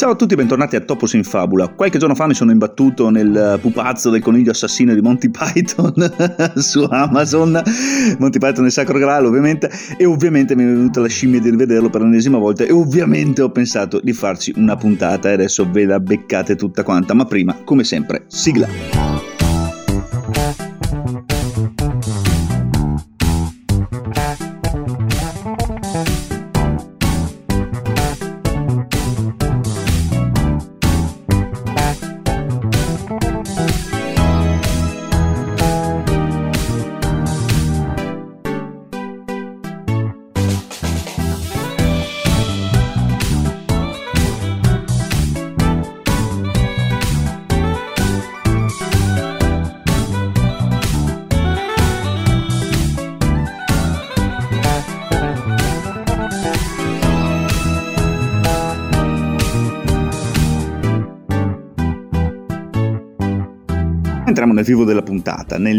Ciao a tutti e bentornati a Topos in Fabula. Qualche giorno fa mi sono imbattuto nel pupazzo del coniglio assassino di Monty Python su Amazon, Monty Python e il Sacro Graal ovviamente, e ovviamente mi è venuta la scimmia di rivederlo per l'ennesima volta e ovviamente ho pensato di farci una puntata e adesso ve la beccate tutta quanta, ma prima, come sempre, sigla. Entriamo nel vivo della puntata. Nel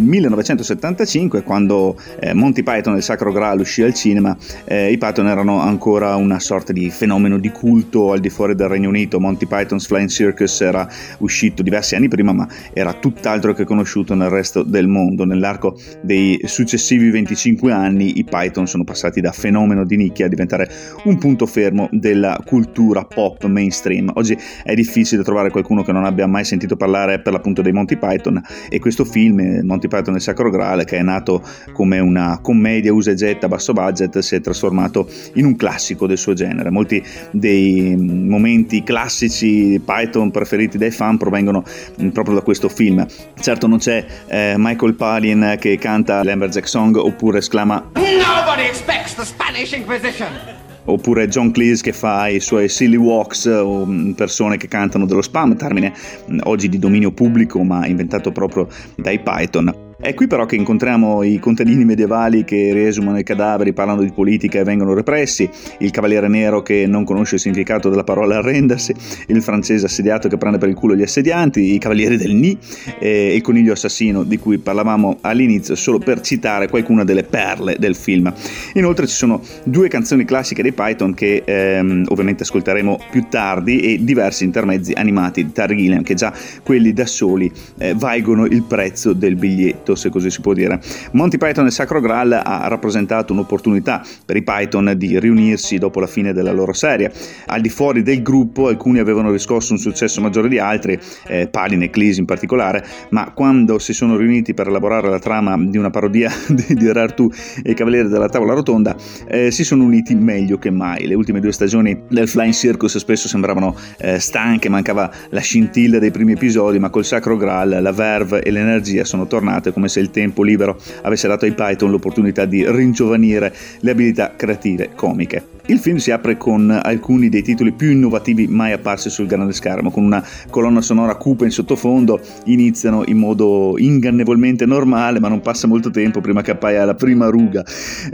1975, quando Monty Python e il Sacro Graal uscì al cinema, i Python erano ancora una sorta di fenomeno di culto al di fuori del Regno Unito. Monty Python's Flying Circus era uscito diversi anni prima, ma era tutt'altro che conosciuto nel resto del mondo. Nell'arco dei successivi 25 anni i Python sono passati da fenomeno di nicchia a diventare un punto fermo della cultura pop mainstream. Oggi è difficile trovare qualcuno che non abbia mai sentito parlare per l'appunto dei Monty Python, e questo film, Monty Python e il Sacro Graal, che è nato come una commedia usa e getta a basso budget, si è trasformato in un classico del suo genere. Molti dei momenti classici Python preferiti dai fan provengono proprio da questo film. Certo non c'è Michael Palin che canta l'Amberjack Song oppure esclama "Nobody expects the Spanish Inquisition", oppure John Cleese che fa i suoi silly walks, o persone che cantano dello spam, termine oggi di dominio pubblico ma inventato proprio dai Python. È qui però che incontriamo i contadini medievali che riesumano i cadaveri, parlano di politica e vengono repressi, il cavaliere nero che non conosce il significato della parola arrendersi, il francese assediato che prende per il culo gli assedianti, i cavalieri del Nid e il coniglio assassino di cui parlavamo all'inizio, solo per citare qualcuna delle perle del film. Inoltre ci sono due canzoni classiche dei Python che ovviamente ascolteremo più tardi e diversi intermezzi animati di Terry Gilliam che già quelli da soli valgono il prezzo del biglietto, se così si può dire. Monty Python e il Sacro Graal ha rappresentato un'opportunità per i Python di riunirsi dopo la fine della loro serie. Al di fuori del gruppo alcuni avevano riscosso un successo maggiore di altri, Palin e Cleese in particolare, ma quando si sono riuniti per elaborare la trama di una parodia di Re Artù e i Cavalieri della Tavola Rotonda, si sono uniti meglio che mai. Le ultime due stagioni del Flying Circus spesso sembravano stanche, mancava la scintilla dei primi episodi, ma col Sacro Graal la verve e l'energia sono tornate come se il tempo libero avesse dato ai Python l'opportunità di ringiovanire le abilità creative comiche. Il film si apre con alcuni dei titoli più innovativi mai apparsi sul grande schermo, con una colonna sonora cupa in sottofondo. Iniziano in modo ingannevolmente normale, ma non passa molto tempo prima che appaia la prima ruga.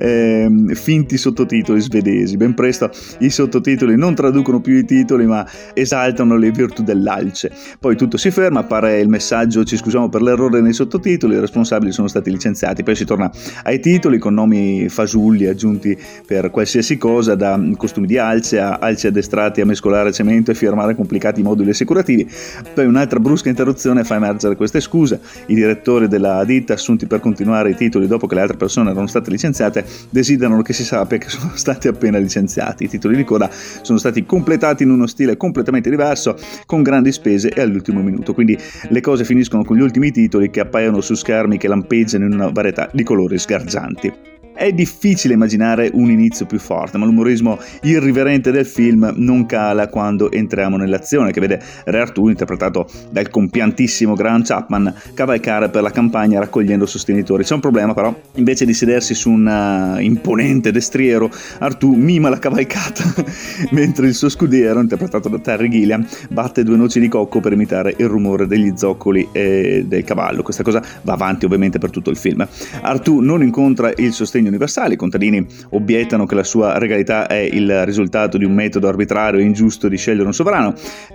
Finti sottotitoli svedesi. Ben presto i sottotitoli non traducono più i titoli, ma esaltano le virtù dell'alce. Poi tutto si ferma, appare il messaggio "ci scusiamo per l'errore nei sottotitoli, i responsabili sono stati licenziati". Poi si torna ai titoli con nomi fasulli aggiunti per qualsiasi cosa, da costumi di alce a alci addestrati a mescolare cemento e firmare complicati moduli assicurativi. Poi un'altra brusca interruzione fa emergere queste scuse. I direttori della ditta, assunti per continuare i titoli dopo che le altre persone erano state licenziate, desiderano che si sappia che sono stati appena licenziati. I titoli di coda sono stati completati in uno stile completamente diverso, con grandi spese e all'ultimo minuto, quindi le cose finiscono con gli ultimi titoli che appaiono su schermi che lampeggiano in una varietà di colori sgargianti. È difficile immaginare un inizio più forte, ma l'umorismo irriverente del film non cala quando entriamo nell'azione, che vede Re Artù, interpretato dal compiantissimo Graham Chapman, cavalcare per la campagna raccogliendo sostenitori. C'è un problema però: invece di sedersi su un imponente destriero, Artù mima la cavalcata mentre il suo scudiero, interpretato da Terry Gilliam, batte due noci di cocco per imitare il rumore degli zoccoli del cavallo. Questa cosa va avanti ovviamente per tutto il film. Artù non incontra il sostegno universali. I contadini obiettano che la sua regalità è il risultato di un metodo arbitrario e ingiusto di scegliere un sovrano.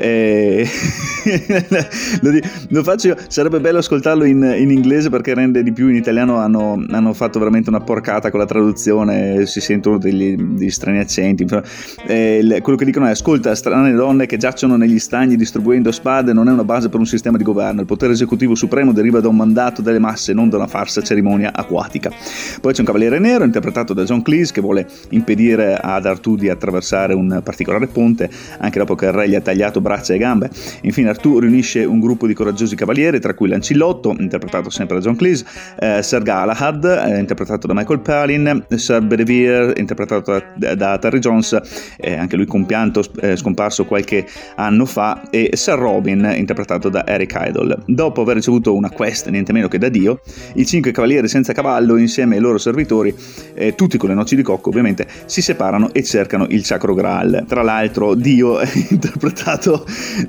Lo faccio io, sarebbe bello ascoltarlo in inglese perché rende di più. In italiano hanno fatto veramente una porcata con la traduzione, si sentono degli strani accenti. Quello che dicono è: ascolta, strane donne che giacciono negli stagni distribuendo spade non è una base per un sistema di governo. Il potere esecutivo supremo deriva da un mandato delle masse, non da una farsa cerimonia acquatica. Poi c'è un cavaliere nero interpretato da John Cleese che vuole impedire ad Artù di attraversare un particolare ponte anche dopo che il re gli ha tagliato braccia e gambe. Infine Artù riunisce un gruppo di coraggiosi cavalieri, tra cui Lancillotto, interpretato sempre da John Cleese, Sir Galahad, interpretato da Michael Palin, Sir Bedivere, interpretato da Terry Jones, anche lui compianto, scomparso qualche anno fa, e Sir Robin, interpretato da Eric Idle. Dopo aver ricevuto una quest niente meno che da Dio, i 5 cavalieri senza cavallo, insieme ai loro servitori, tutti con le noci di cocco ovviamente, si separano e cercano il Sacro Graal. Tra l'altro Dio è interpretato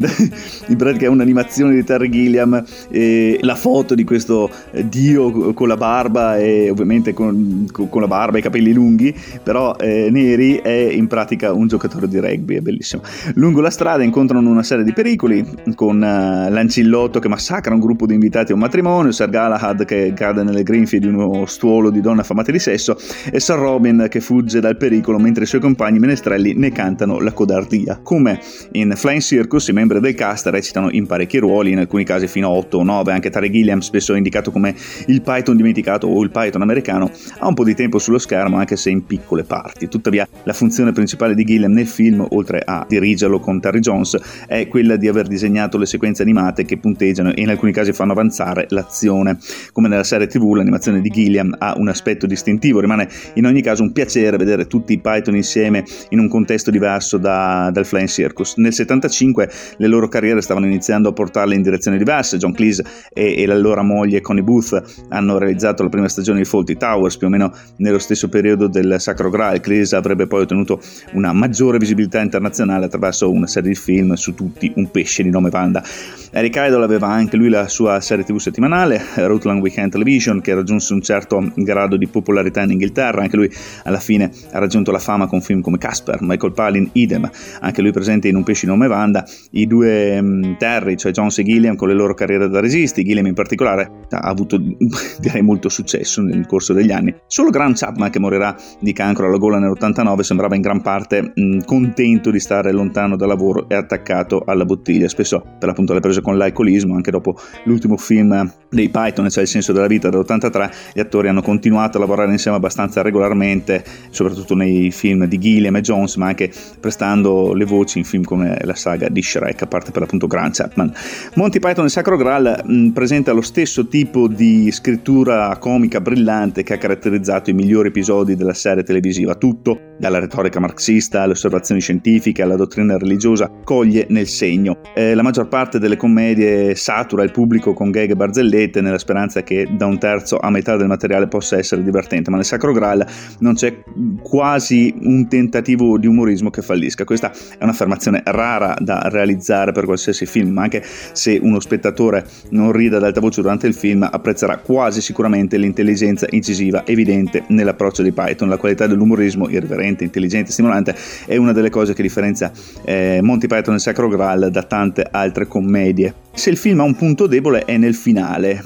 in pratica è un'animazione di Terry Gilliam, e la foto di questo Dio con la barba, e ovviamente con la barba e i capelli lunghi però neri, è in pratica un giocatore di rugby, è bellissimo. Lungo la strada incontrano una serie di pericoli, con Lancillotto che massacra un gruppo di invitati a un matrimonio, Sir Galahad che cade nelle grinfie di uno stuolo di donne affamate di sesso, e Sir Robin che fugge dal pericolo mentre i suoi compagni menestrelli ne cantano la codardia. Come in Flying Circus, i membri del cast recitano in parecchi ruoli, in alcuni casi fino a 8 o 9. Anche Terry Gilliam, spesso indicato come il Python dimenticato o il Python americano, ha un po' di tempo sullo schermo, anche se in piccole parti. Tuttavia la funzione principale di Gilliam nel film, oltre a dirigerlo con Terry Jones, è quella di aver disegnato le sequenze animate che punteggiano e in alcuni casi fanno avanzare l'azione. Come nella serie TV, l'animazione di Gilliam ha un aspetto distintivo. Rimane in ogni caso un piacere vedere tutti i Python insieme in un contesto diverso dal Flying Circus. Nel 75 le loro carriere stavano iniziando a portarle in direzioni diverse. John Cleese e l'allora moglie Connie Booth hanno realizzato la prima stagione di Fawlty Towers più o meno nello stesso periodo del Sacro Graal. Cleese avrebbe poi ottenuto una maggiore visibilità internazionale attraverso una serie di film, su tutti un pesce di nome Panda. Eric Idle aveva anche lui la sua serie TV settimanale, Rutland Weekend Television, che raggiunse un certo grado di popolarità in Inghilterra. Anche lui alla fine ha raggiunto la fama con film come Casper. Michael Palin idem, anche lui presente in Un pesce di nome Wanda. I due Terry, cioè Jones e Gilliam, con le loro carriere da registi. Gilliam in particolare ha avuto direi molto successo nel corso degli anni. Solo Grant Chapman, che morirà di cancro alla gola nell'89, sembrava in gran parte contento di stare lontano dal lavoro e attaccato alla bottiglia, spesso per l'appunto le prese con l'alcolismo. Anche dopo l'ultimo film dei Python, cioè Il senso della vita dell'83, gli attori hanno continuato a lavorare insieme abbastanza regolarmente, soprattutto nei film di Gilliam e Jones, ma anche prestando le voci in film come la saga di Shrek, a parte per l'appunto Grant Chapman. Monty Python e Sacro Graal presenta lo stesso tipo di scrittura comica brillante che ha caratterizzato i migliori episodi della serie televisiva. Tutto, dalla retorica marxista alle osservazioni scientifiche alla dottrina religiosa, coglie nel segno. La maggior parte delle commedie satura il pubblico con gag e barzellette nella speranza che da un terzo a metà del materiale possa essere divertente, ma nel Sacro Graal non c'è quasi un tentativo di umorismo che fallisca. Questa è un'affermazione rara da realizzare per qualsiasi film, ma anche se uno spettatore non ride ad alta voce durante il film, apprezzerà quasi sicuramente l'intelligenza incisiva evidente nell'approccio di Python. La qualità dell'umorismo, irriverente, intelligente, stimolante, è una delle cose che differenzia Monty Python e Sacro Graal da tante altre commedie. Se il film ha un punto debole è nel finale.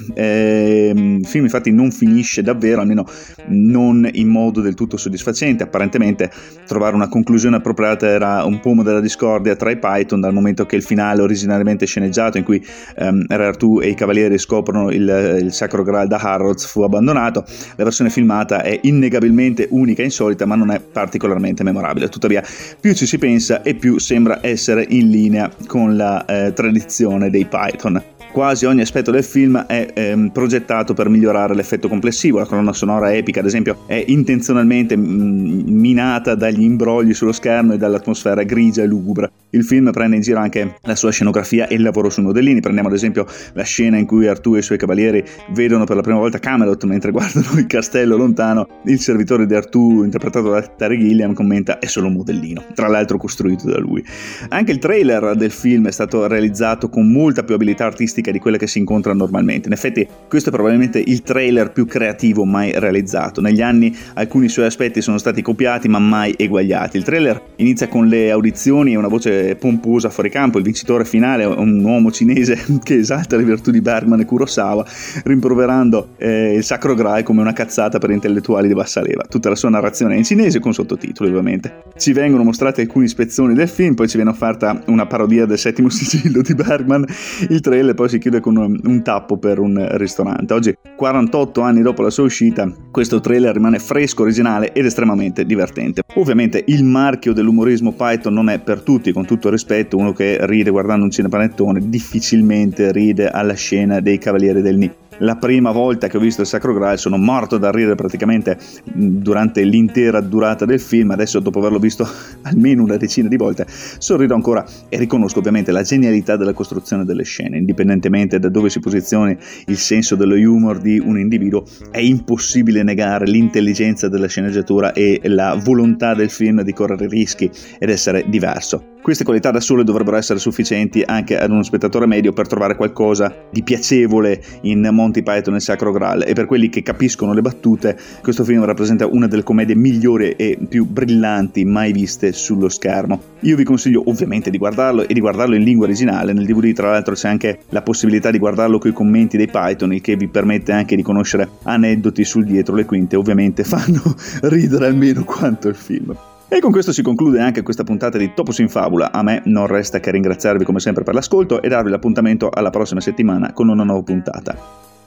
Il film infatti non finisce davvero, almeno non in modo del tutto soddisfacente. Apparentemente trovare una conclusione appropriata era un pomo della discordia tra i Python, dal momento che il finale originariamente sceneggiato, in cui Re Artù e i cavalieri scoprono il Sacro Graal da Harrods, fu abbandonato. La versione filmata è innegabilmente unica e insolita, ma non è particolarmente memorabile. Tuttavia, più ci si pensa e più sembra essere in linea con la tradizione dei Python. Quasi ogni aspetto del film è progettato per migliorare l'effetto complessivo. La colonna sonora epica, ad esempio, è intenzionalmente minata dagli imbrogli sullo schermo e dall'atmosfera grigia e lugubre. Il film prende in giro anche la sua scenografia e il lavoro sui modellini. Prendiamo ad esempio la scena in cui Artù e i suoi cavalieri vedono per la prima volta Camelot mentre guardano il castello lontano. Il servitore di Artù, interpretato da Terry Gilliam, commenta: è solo un modellino, tra l'altro costruito da lui. Anche il trailer del film è stato realizzato con molta più abilità artistica dinamica di quella che si incontra normalmente. In effetti questo è probabilmente il trailer più creativo mai realizzato. Negli anni alcuni suoi aspetti sono stati copiati ma mai eguagliati. Il trailer inizia con le audizioni e una voce pomposa fuori campo. Il vincitore finale è un uomo cinese che esalta le virtù di Bergman e Kurosawa, rimproverando il Sacro Graal come una cazzata per intellettuali di bassa leva. Tutta la sua narrazione è in cinese con sottotitoli, ovviamente. Ci vengono mostrati alcuni spezzoni del film, poi ci viene offerta una parodia del Settimo Sigillo di Bergman. Il trailer poi si chiude con un tappo per un ristorante. Oggi, 48 anni dopo la sua uscita, questo trailer rimane fresco, originale ed estremamente divertente. Ovviamente il marchio dell'umorismo Python non è per tutti, con tutto il rispetto. Uno che ride guardando un cinepanettone difficilmente ride alla scena dei Cavalieri del Ni. La prima volta che ho visto il Sacro Graal sono morto da ridere praticamente durante l'intera durata del film. Adesso, dopo averlo visto almeno una decina di volte, sorrido ancora e riconosco ovviamente la genialità della costruzione delle scene. Indipendentemente da dove si posizioni il senso dello humor di un individuo, è impossibile negare l'intelligenza della sceneggiatura e la volontà del film di correre rischi ed essere diverso. Queste qualità da sole dovrebbero essere sufficienti anche ad uno spettatore medio per trovare qualcosa di piacevole in Monty Python e il Sacro Graal, e per quelli che capiscono le battute questo film rappresenta una delle commedie migliori e più brillanti mai viste sullo schermo. Io vi consiglio ovviamente di guardarlo e di guardarlo in lingua originale. Nel DVD tra l'altro c'è anche la possibilità di guardarlo con i commenti dei Python, il che vi permette anche di conoscere aneddoti sul dietro le quinte. Ovviamente fanno ridere almeno quanto il film. E con questo si conclude anche questa puntata di Topos in Fabula. A me non resta che ringraziarvi come sempre per l'ascolto e darvi l'appuntamento alla prossima settimana con una nuova puntata.